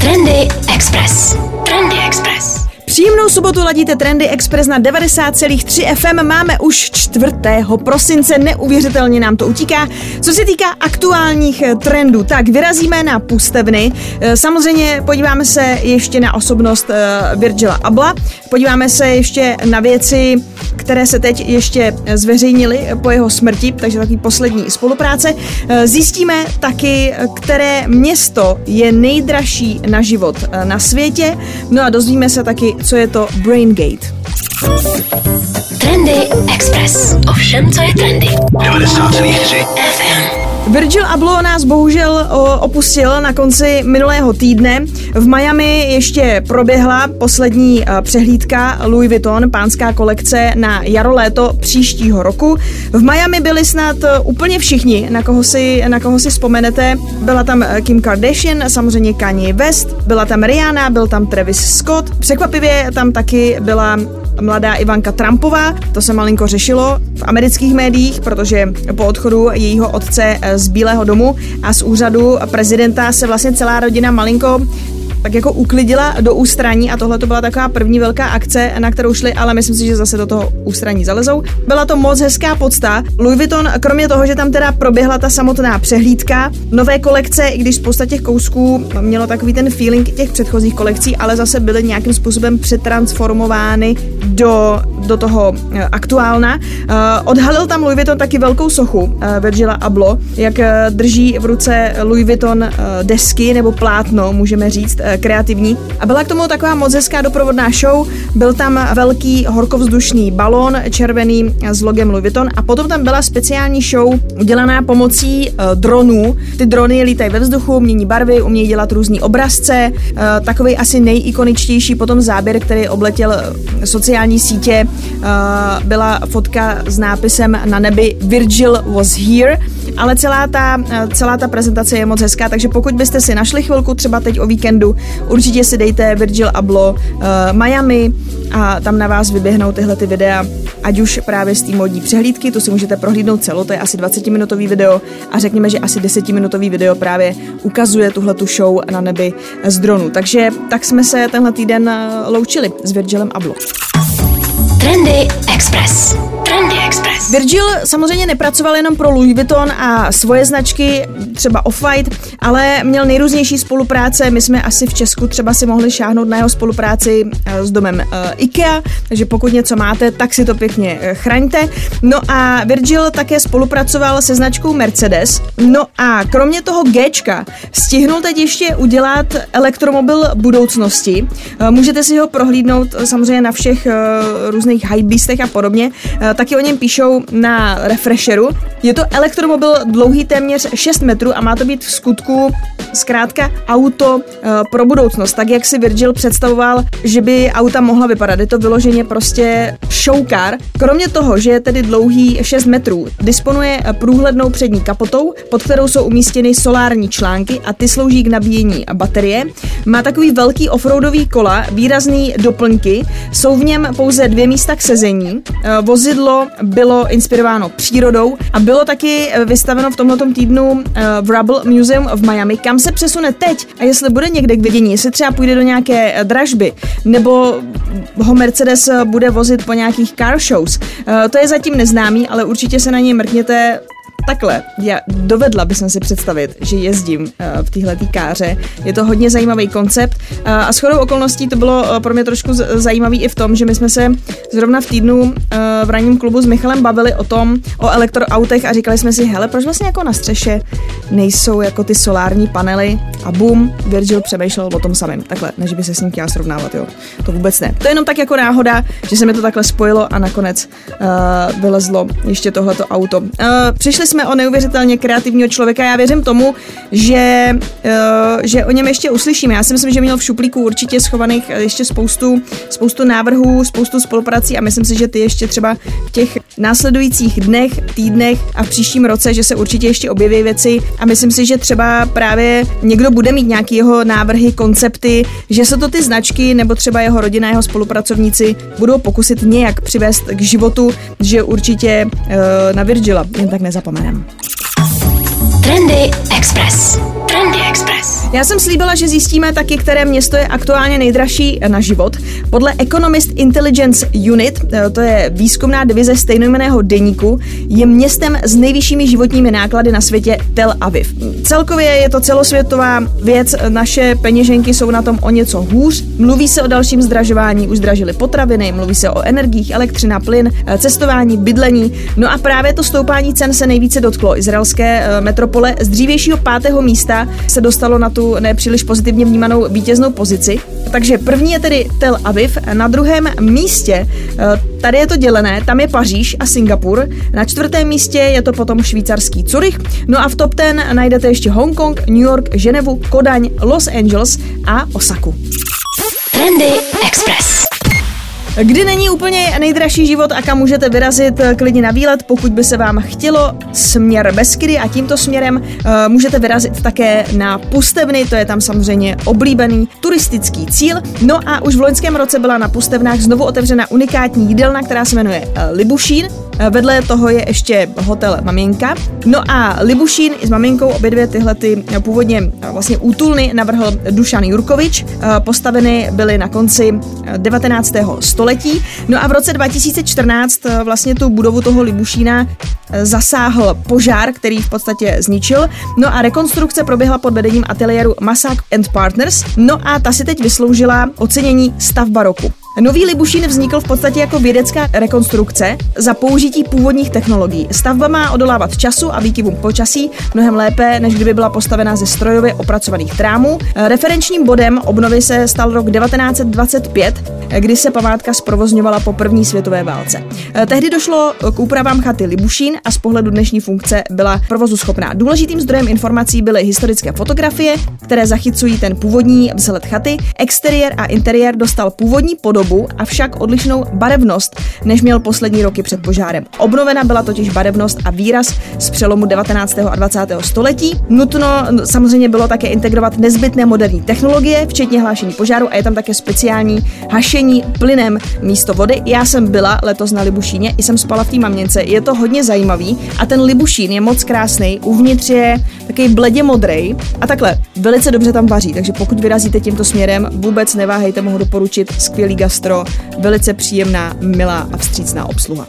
Trendy Express. Trendy Express. Příjemnou sobotu ladíte Trendy Express na 90,3 FM. Máme už 4. prosince, neuvěřitelně nám to utíká. Co se týká aktuálních trendů, tak vyrazíme na Pustevny. Samozřejmě podíváme se ještě na osobnost Virgila Abloha. Podíváme se ještě na věci, které se teď ještě zveřejnily po jeho smrti, takže takový poslední spolupráce. Zjistíme taky, které město je nejdražší na život na světě. No a dozvíme se taky, co je to BrainGate. Trendy Express. Ovšem, co je trendy. 90,3 FM. Virgil Abloh nás bohužel opustil na konci minulého týdne. V Miami ještě proběhla poslední přehlídka Louis Vuitton, pánská kolekce na jaro-léto příštího roku. V Miami byli snad úplně všichni, na koho si vzpomenete. Byla tam Kim Kardashian, samozřejmě Kanye West, byla tam Rihanna, byl tam Travis Scott. Překvapivě tam taky byla mladá Ivanka Trumpová, to se malinko řešilo v amerických médiích, protože po odchodu jejího otce z Bílého domu a z úřadu prezidenta se vlastně celá rodina malinko tak jako uklidila do ústraní a tohle to byla taková první velká akce, na kterou šli, ale myslím si, že zase do toho ústraní zalezou. Byla to moc hezká pocta. Louis Vuitton, kromě toho, že tam teda proběhla ta samotná přehlídka, nové kolekce, i když spousta těch kousků mělo takový ten feeling těch předchozích kolekcí, ale zase byly nějakým způsobem přetransformovány do toho aktuálna. Odhalil tam Louis Vuitton taky velkou sochu Virgila Abloh, jak drží v ruce Louis Vuitton desky nebo plátno, můžeme říct, kreativní. A byla k tomu taková moc hezká doprovodná show. Byl tam velký horkovzdušný balón červený s logem Louis Vuitton a potom tam byla speciální show udělaná pomocí dronů. Ty drony lítají ve vzduchu, mění barvy, umějí dělat různý obrazce. Takový asi nejikoničtější potom záběr, který obletěl sociální sítě, byla fotka s nápisem na nebi Virgil was here, ale celá ta prezentace je moc hezká, takže pokud byste si našli chvilku třeba teď o víkendu, určitě si dejte Virgil Abloh Miami a tam na vás vyběhnou tyhle ty videa, ať už právě z té módní přehlídky, to si můžete prohlídnout celou, to je asi 20-minutový video a řekněme, že asi 10-minutový video právě ukazuje tuhletu show na nebi z dronu. Takže tak jsme se tenhle týden loučili s Virgilem Abloh. Trendy Express. Trendy Express. Virgil samozřejmě nepracoval jenom pro Louis Vuitton a svoje značky, třeba Off-White, ale měl nejrůznější spolupráce. My jsme asi v Česku třeba si mohli šáhnout na jeho spolupráci s domem IKEA, takže pokud něco máte, tak si to pěkně chraňte. No a Virgil také spolupracoval se značkou Mercedes. No a kromě toho Gčka stihnul teď ještě udělat elektromobil budoucnosti. Můžete si ho prohlídnout samozřejmě na všech různých hypebeastech a podobně. Taky o něm píšou na Refresheru. Je to elektromobil dlouhý téměř 6 metrů a má to být v skutku zkrátka auto pro budoucnost, tak jak si Virgil představoval, že by auta mohla vypadat. Je to vyloženě prostě showcar. Kromě toho, že je tedy dlouhý 6 metrů, disponuje průhlednou přední kapotou, pod kterou jsou umístěny solární články a ty slouží k nabíjení baterie. Má takový velký offroadový kola, výrazný doplňky, jsou v něm pouze 2 místa k sezení. Vozidlo bylo inspirováno přírodou a bylo taky vystaveno v tomhletom týdnu v Rubble Museum v Miami, kam se přesune teď a jestli bude někde k vidění, jestli třeba půjde do nějaké dražby, nebo ho Mercedes bude vozit po nějakých car shows. To je zatím neznámý, ale určitě se na něj mrkněte. Takhle, dovedla bych si představit, že jezdím v téhletý káře. Je to hodně zajímavý koncept a shodou okolností to bylo pro mě trošku zajímavý i v tom, že my jsme se zrovna v týdnu v ranním klubu s Michalem bavili o elektroautech a říkali jsme si, hele, proč vlastně jako na střeše nejsou jako ty solární panely a bum, Virgil přemýšlel o tom samém. Takhle, než by se s ním chtěla srovnávat, jo. To vůbec ne. To je jenom tak jako náhoda, že se mi to takhle spojilo a nakonec vylezlo ještě tohleto auto. Přišli jsme o neuvěřitelně kreativního člověka. Já věřím tomu, že o něm ještě uslyšíme. Já si myslím, že měl v šuplíku určitě schovaných ještě spoustu návrhů, spoustu spoluprací a myslím si, že ty ještě třeba v těch následujících dnech, týdnech a v příštím roce, že se určitě ještě objeví věci a myslím si, že třeba právě někdo bude mít nějaký jeho návrhy, koncepty, že se to ty značky nebo třeba jeho rodina, jeho spolupracovníci budou pokusit nějak přivést k životu, že určitě na Virgila jen tak nezapomeneme. Trendy Express. Trendy Express. Já jsem slíbila, že zjistíme taky, které město je aktuálně nejdražší na život. Podle Economist Intelligence Unit, to je výzkumná divize stejnojmenného deníku, je městem s nejvyššími životními náklady na světě Tel Aviv. Celkově je to celosvětová věc, naše peněženky jsou na tom o něco hůř. Mluví se o dalším zdražování, už zdražily potraviny, mluví se o energiích, elektřina, plyn, cestování, bydlení. No a právě to stoupání cen se nejvíce dotklo izraelské metropole. Z dřívějšího 5. místa se dostalo na tu nepříliš pozitivně vnímanou vítěznou pozici. Takže první je tedy Tel Aviv, na druhém místě, tady je to dělené, tam je Paříž a Singapur, na 4. místě je to potom švýcarský Curych, no a v top 10 najdete ještě Hongkong, New York, Ženevu, Kodaň, Los Angeles a Osaku. Trendy Express. Kdy není úplně nejdražší život a kam můžete vyrazit klidně na výlet, pokud by se vám chtělo, směr Beskydy, a tímto směrem můžete vyrazit také na Pustevny, to je tam samozřejmě oblíbený turistický cíl. No a už v loňském roce byla na Pustevnách znovu otevřena unikátní jídelna, která se jmenuje Libušín. Vedle toho je ještě hotel Maminka. No a Libušín i s Maminkou, obě dvě tyhle ty původně vlastně útulny navrhl Dušan Jurkovič. Postaveny byly na konci 19. století. No a v roce 2014 vlastně tu budovu toho Libušína zasáhl požár, který v podstatě zničil. No a rekonstrukce proběhla pod vedením ateliéru Masak & Partners. No a ta si teď vysloužila ocenění stavba roku. Nový Libušín vznikl v podstatě jako vědecká rekonstrukce za použití původních technologií. Stavba má odolávat času a výkyvům počasí mnohem lépe, než kdyby byla postavena ze strojově opracovaných trámů. Referenčním bodem obnovy se stal rok 1925, kdy se památka zprovozňovala po první světové válce. Tehdy došlo k úpravám chaty Libušín a z pohledu dnešní funkce byla provozu schopná. Důležitým zdrojem informací byly historické fotografie, které zachycují ten původní vzhled chaty. Exteriér a interiér dostal původní podobu, avšak odlišnou barevnost, než měl poslední roky před požárem. Obnovena byla totiž barevnost a výraz z přelomu 19. a 20. století. Nutno samozřejmě bylo také integrovat nezbytné moderní technologie, včetně hlášení požáru, a je tam také speciální hašení plynem místo vody. Já jsem byla letos na Libušíně, i jsem spala v té Maměnce, je to hodně zajímavý a ten Libušín je moc krásný, uvnitř je takový bledě modrej a takhle velice dobře tam vaří, takže pokud vyrazíte tímto směrem, vůbec neváhejte, mohu doporučit, skvělý gastro, velice příjemná, milá a vstřícná obsluha.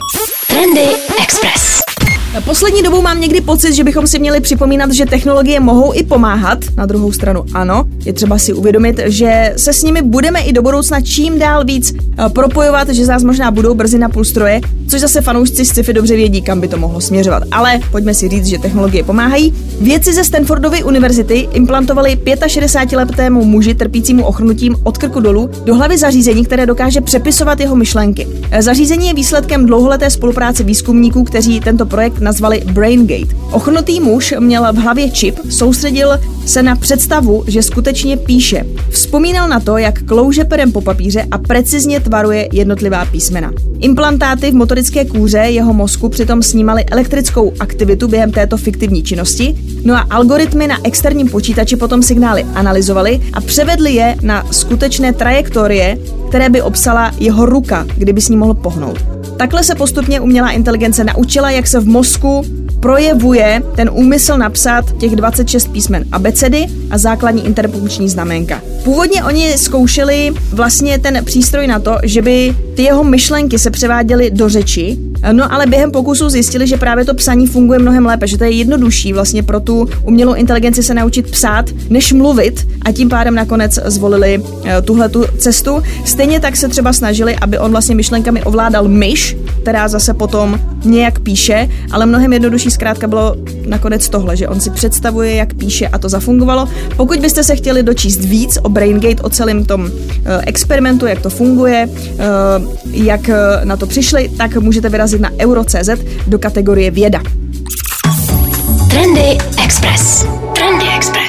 Trendy Express. Poslední dobou mám někdy pocit, že bychom si měli připomínat, že technologie mohou i pomáhat. Na druhou stranu ano, je třeba si uvědomit, že se s nimi budeme i do budoucna čím dál víc propojovat, že zás možná budou brzy na půl stroje, což zase fanoušci sci-fi dobře vědí, kam by to mohlo směřovat. Ale pojďme si říct, že technologie pomáhají. Vědci ze Stanfordovy univerzity implantovali 65letému muži trpícímu ochrnutím od krku dolů do hlavy zařízení, které dokáže přepisovat jeho myšlenky. Zařízení je výsledkem dlouholeté spolupráce výzkumníků, kteří tento projekt nazvali BrainGate. Ochrnutý muž měl v hlavě čip, soustředil se na představu, že skutečně píše. Vzpomínal na to, jak klouže perem po papíře a precizně tvaruje jednotlivá písmena. Implantáty v motorické kůře jeho mozku přitom snímaly elektrickou aktivitu během této fiktivní činnosti, no a algoritmy na externím počítači potom signály analyzovaly a převedly je na skutečné trajektorie, které by obsala jeho ruka, kdyby s ní mohl pohnout. Takhle se postupně umělá inteligence naučila, jak se v mozku projevuje ten úmysl napsat těch 26 písmen abecedy a základní interpunkční znaménka. Původně oni zkoušeli vlastně ten přístroj na to, že by ty jeho myšlenky se převáděly do řeči, no ale během pokusu zjistili, že právě to psaní funguje mnohem lépe, že to je jednodušší vlastně pro tu umělou inteligenci se naučit psát, než mluvit, a tím pádem nakonec zvolili tuhletu cestu. Stejně tak se třeba snažili, aby on vlastně myšlenkami ovládal myš, která zase potom nějak píše, ale mnohem jednodušší zkrátka bylo nakonec tohle, že on si představuje, jak píše, a to zafungovalo. Pokud byste se chtěli dočíst víc o BrainGate, o celém tom experimentu, jak to funguje, jak na to přišli, tak můžete vyrazit na euro.cz do kategorie věda. Trendy Express. Trendy Express. Co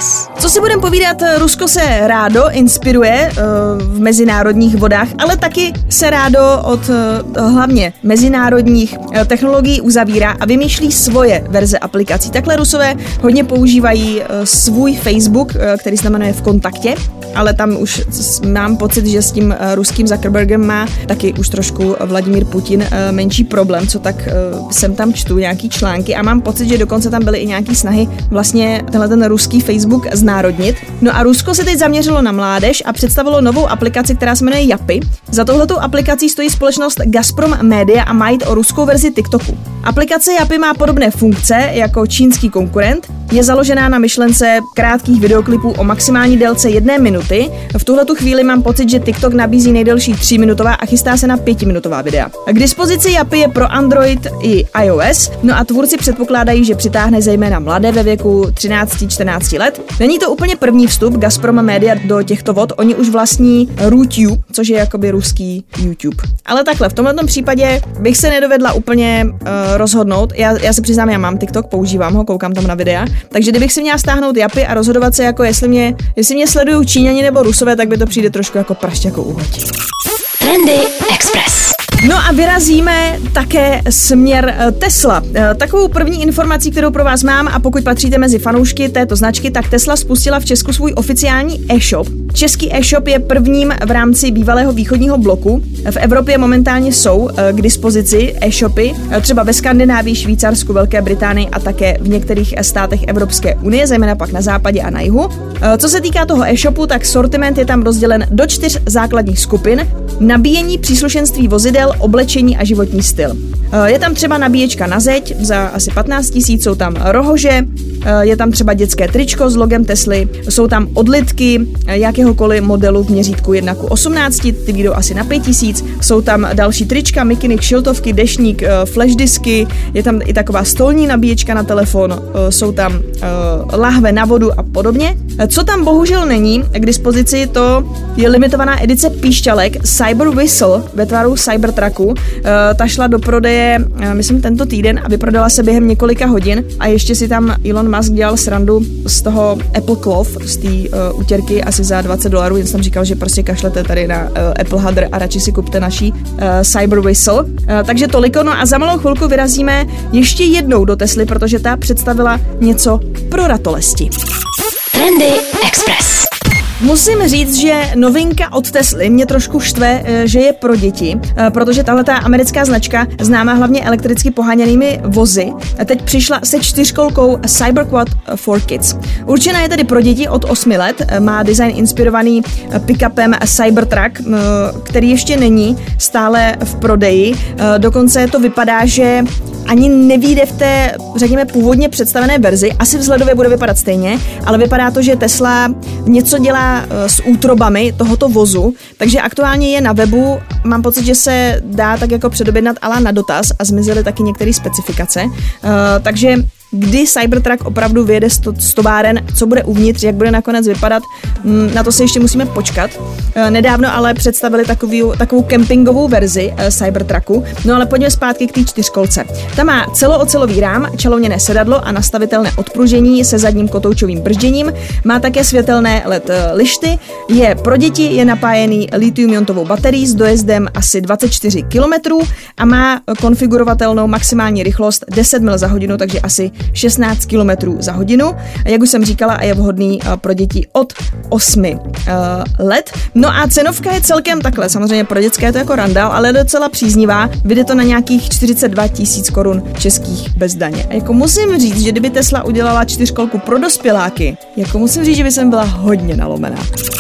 Co si budeme povídat, Rusko se rádo inspiruje v mezinárodních vodách, ale taky se rádo od hlavně mezinárodních technologií uzavírá a vymýšlí svoje verze aplikací. Takhle Rusové hodně používají svůj Facebook, který se jmenuje V kontaktě, ale tam už mám pocit, že s tím ruským Zuckerbergem má taky už trošku Vladimír Putin menší problém, co tak jsem tam čtu nějaký články a mám pocit, že dokonce tam byly i nějaký snahy vlastně ten ruský Facebook znárodnit. No a Rusko se teď zaměřilo na mládež a představilo novou aplikaci, která se jmenuje Yapi. Za touhletou aplikací stojí společnost Gazprom Media a má jít o ruskou verzi TikToku. Aplikace Yapi má podobné funkce jako čínský konkurent, je založená na myšlence krátkých videoklipů o maximální délce 1 minuty. V tuhletu chvíli mám pocit, že TikTok nabízí nejdelší 3minutová a chystá se na 5minutová videa. K dispozici Yapi je pro Android i iOS, no a tvůrci předpokládají, že přitáhne zejména mladé ve věku 13-14 let. Není to úplně první vstup Gazprom Media do těchto vod, oni už vlastní RuTube, což je jakoby ruský YouTube. Ale takhle, v tomto případě bych se nedovedla úplně rozhodnout. Já se přiznám, já mám TikTok, používám ho, koukám tam na videa. Takže kdybych si měla stáhnout Yapi a rozhodovat se, jako jestli mě sledují Číňani nebo Rusové, tak by to přijde trošku jako prašťakou uhoď. Trendy Express. No a vyrazíme také směr Tesla. Takovou první informací, kterou pro vás mám, a pokud patříte mezi fanoušky této značky, tak Tesla spustila v Česku svůj oficiální e-shop. Český e-shop je prvním v rámci bývalého východního bloku. V Evropě momentálně jsou k dispozici e-shopy, třeba ve Skandinávii, Švýcarsku, Velké Británii a také v některých státech Evropské unie, zejména pak na západě a na jihu. Co se týká toho e-shopu, tak sortiment je tam rozdělen do 4 základních skupin: nabíjení, příslušenství vozidel, oblečení a životní styl. Je tam třeba nabíječka na zeď za asi 15 000, jsou tam rohože, je tam třeba dětské tričko s logem Tesly, jsou tam odlitky jakéhokoliv modelu v měřítku 1:18, ty vyjdou asi na 5 000, jsou tam další trička, mikiny, kšiltovky, deštník, flashdisky, je tam i taková stolní nabíječka na telefon, jsou tam lahve na vodu a podobně. Co tam bohužel není k dispozici, to je limitovaná edice píšťalek Cyber Whistle ve tvaru Cybertrucku. Ta šla do prodeje, myslím, tento týden a vyprodala se během několika hodin a ještě si tam Elon Musk dělal srandu z toho Apple Cloth, z té utěrky asi za $20, jen jsem říkal, že prostě kašlete tady na Apple Hadr a radši si kupte naší Cyber Whistle. Takže toliko, no a za malou chvilku vyrazíme ještě jednou do Tesly, protože ta představila něco pro ratolesti. Trendy Express. Musím říct, že novinka od Tesly mě trošku štve, že je pro děti, protože tahleta americká značka, známá hlavně elektricky poháněnými vozy, teď přišla se 4kolkou Cyberquad for Kids. Určená je tedy pro děti od 8 let, má design inspirovaný pick-upem Cybertruck, který ještě není stále v prodeji, dokonce to vypadá, že ani nevyjde v té, řekněme, původně představené verzi, asi vzhledově bude vypadat stejně, ale vypadá to, že Tesla něco dělá s útrobami tohoto vozu, takže aktuálně je na webu, mám pocit, že se dá tak jako předobjednat ala na dotaz a zmizely taky některé specifikace, takže kdy Cybertruck opravdu vyjede z továren, co bude uvnitř, jak bude nakonec vypadat, na to se ještě musíme počkat. Nedávno ale představili takovou kempingovou verzi Cybertrucku, no ale pojďme zpátky k té 4kolce. Ta má celoocelový rám, čalouněné sedadlo a nastavitelné odpružení se zadním kotoučovým bržděním, má také světelné LED lišty, je pro děti, je napájený lithium-iontovou baterií s dojezdem asi 24 km a má konfigurovatelnou maximální rychlost 10 mil za hodinu, takže asi 16 km za hodinu. Jak už jsem říkala, a je vhodný pro děti od 8 let. No a cenovka je celkem takhle, samozřejmě pro dětské je to jako randál, ale docela příznivá. Vyjde to na nějakých 42 000 korun českých bez daně. A jako musím říct, že kdyby Tesla udělala 4kolku pro dospěláky, jako musím říct, že by jsem byla hodně nalomená.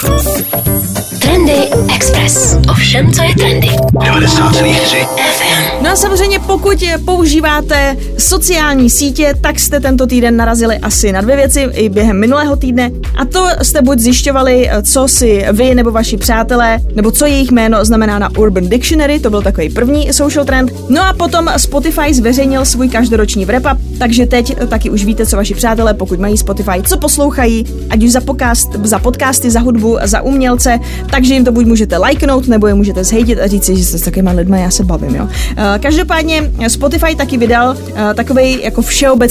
Trendy Express. Ovšem, co je trendy. 90,4 FM. No a samozřejmě, pokud používáte sociální sítě, tak jste tento týden narazili asi na 2 věci i během minulého týdne. A to jste buď zjišťovali, co si vy nebo vaši přátelé, nebo co jejich jméno znamená na Urban Dictionary, to byl takový první social trend. No a potom Spotify zveřejnil svůj každoroční wrap-up, takže teď taky už víte, co vaši přátelé, pokud mají Spotify, co poslouchají, ať už za podcasty, za hudbu, za umělce, takže jim to buď můžete lajknout, nebo je můžete zhejtit a říct si, že jste s takovýma lidma, já se bavím, jo. Každopádně Spotify taky vydal takovej jako všeobecný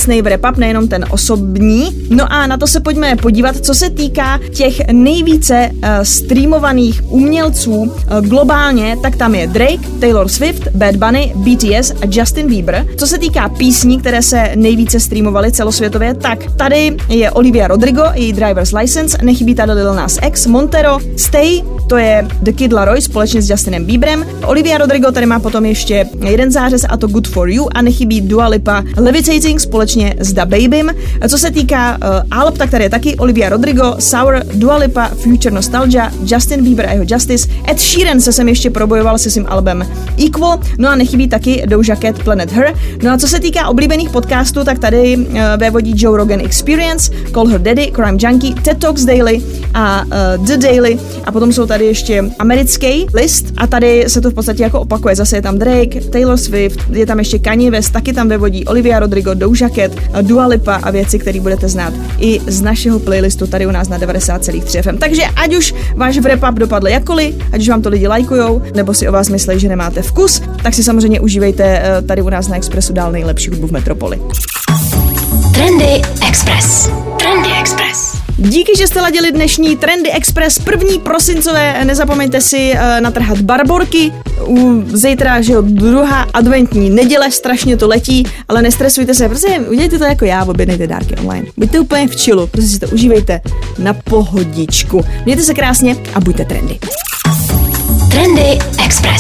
obecný wrap-up, nejenom ten osobní. No a na to se pojďme podívat, co se týká těch nejvíce streamovaných umělců globálně, tak tam je Drake, Taylor Swift, Bad Bunny, BTS a Justin Bieber. Co se týká písní, které se nejvíce streamovaly celosvětově, tak tady je Olivia Rodrigo, její Driver's License, nechybí tady Lil Nas X, Montero, Stay, to je The Kid Laroi společně s Justinem Bieberem. Olivia Rodrigo tady má potom ještě jeden zářez a to Good For You a nechybí Dua Lipa Levitating společně s Da Babym. Co se týká alb, tak tady je taky Olivia Rodrigo, Sour, Dua Lipa, Future Nostalgia, Justin Bieber a jeho Justice, Ed Sheeran se sem ještě probojoval se svým albem Equal, no a nechybí taky Doja Cat Planet Her. No a co se týká oblíbených podcastů, tak tady vévodí Joe Rogan Experience, Call Her Daddy, Crime Junkie, TED Talks Daily a The Daily a potom jsou tady ještě americký list a tady se to v podstatě jako opakuje. Zase je tam Drake, Taylor Swift, je tam ještě Kanye West, taky tam vévodí Olivia Rodrigo, Doja Cat, Dua Lipa a věci, které budete znát i z našeho playlistu tady u nás na 90,3 FM. Takže ať už váš wrap-up dopadl jakkoliv, ať už vám to lidi lajkujou, nebo si o vás myslí, že nemáte vkus, tak si samozřejmě užívejte tady u nás na Expressu dál nejlepší hudbu v metropoli. Trendy Express. Trendy Express. Díky, že jste ladili dnešní Trendy Express 1. prosincové. Nezapomeňte si natrhat barborky. Zítra, že jo, 2. adventní neděle, strašně to letí, ale nestresujte se, prostě udělejte to jako já, objednejte dárky online. Buďte úplně v chillu, prostě si to užívejte na pohodičku. Mějte se krásně a buďte trendy. Trendy Express.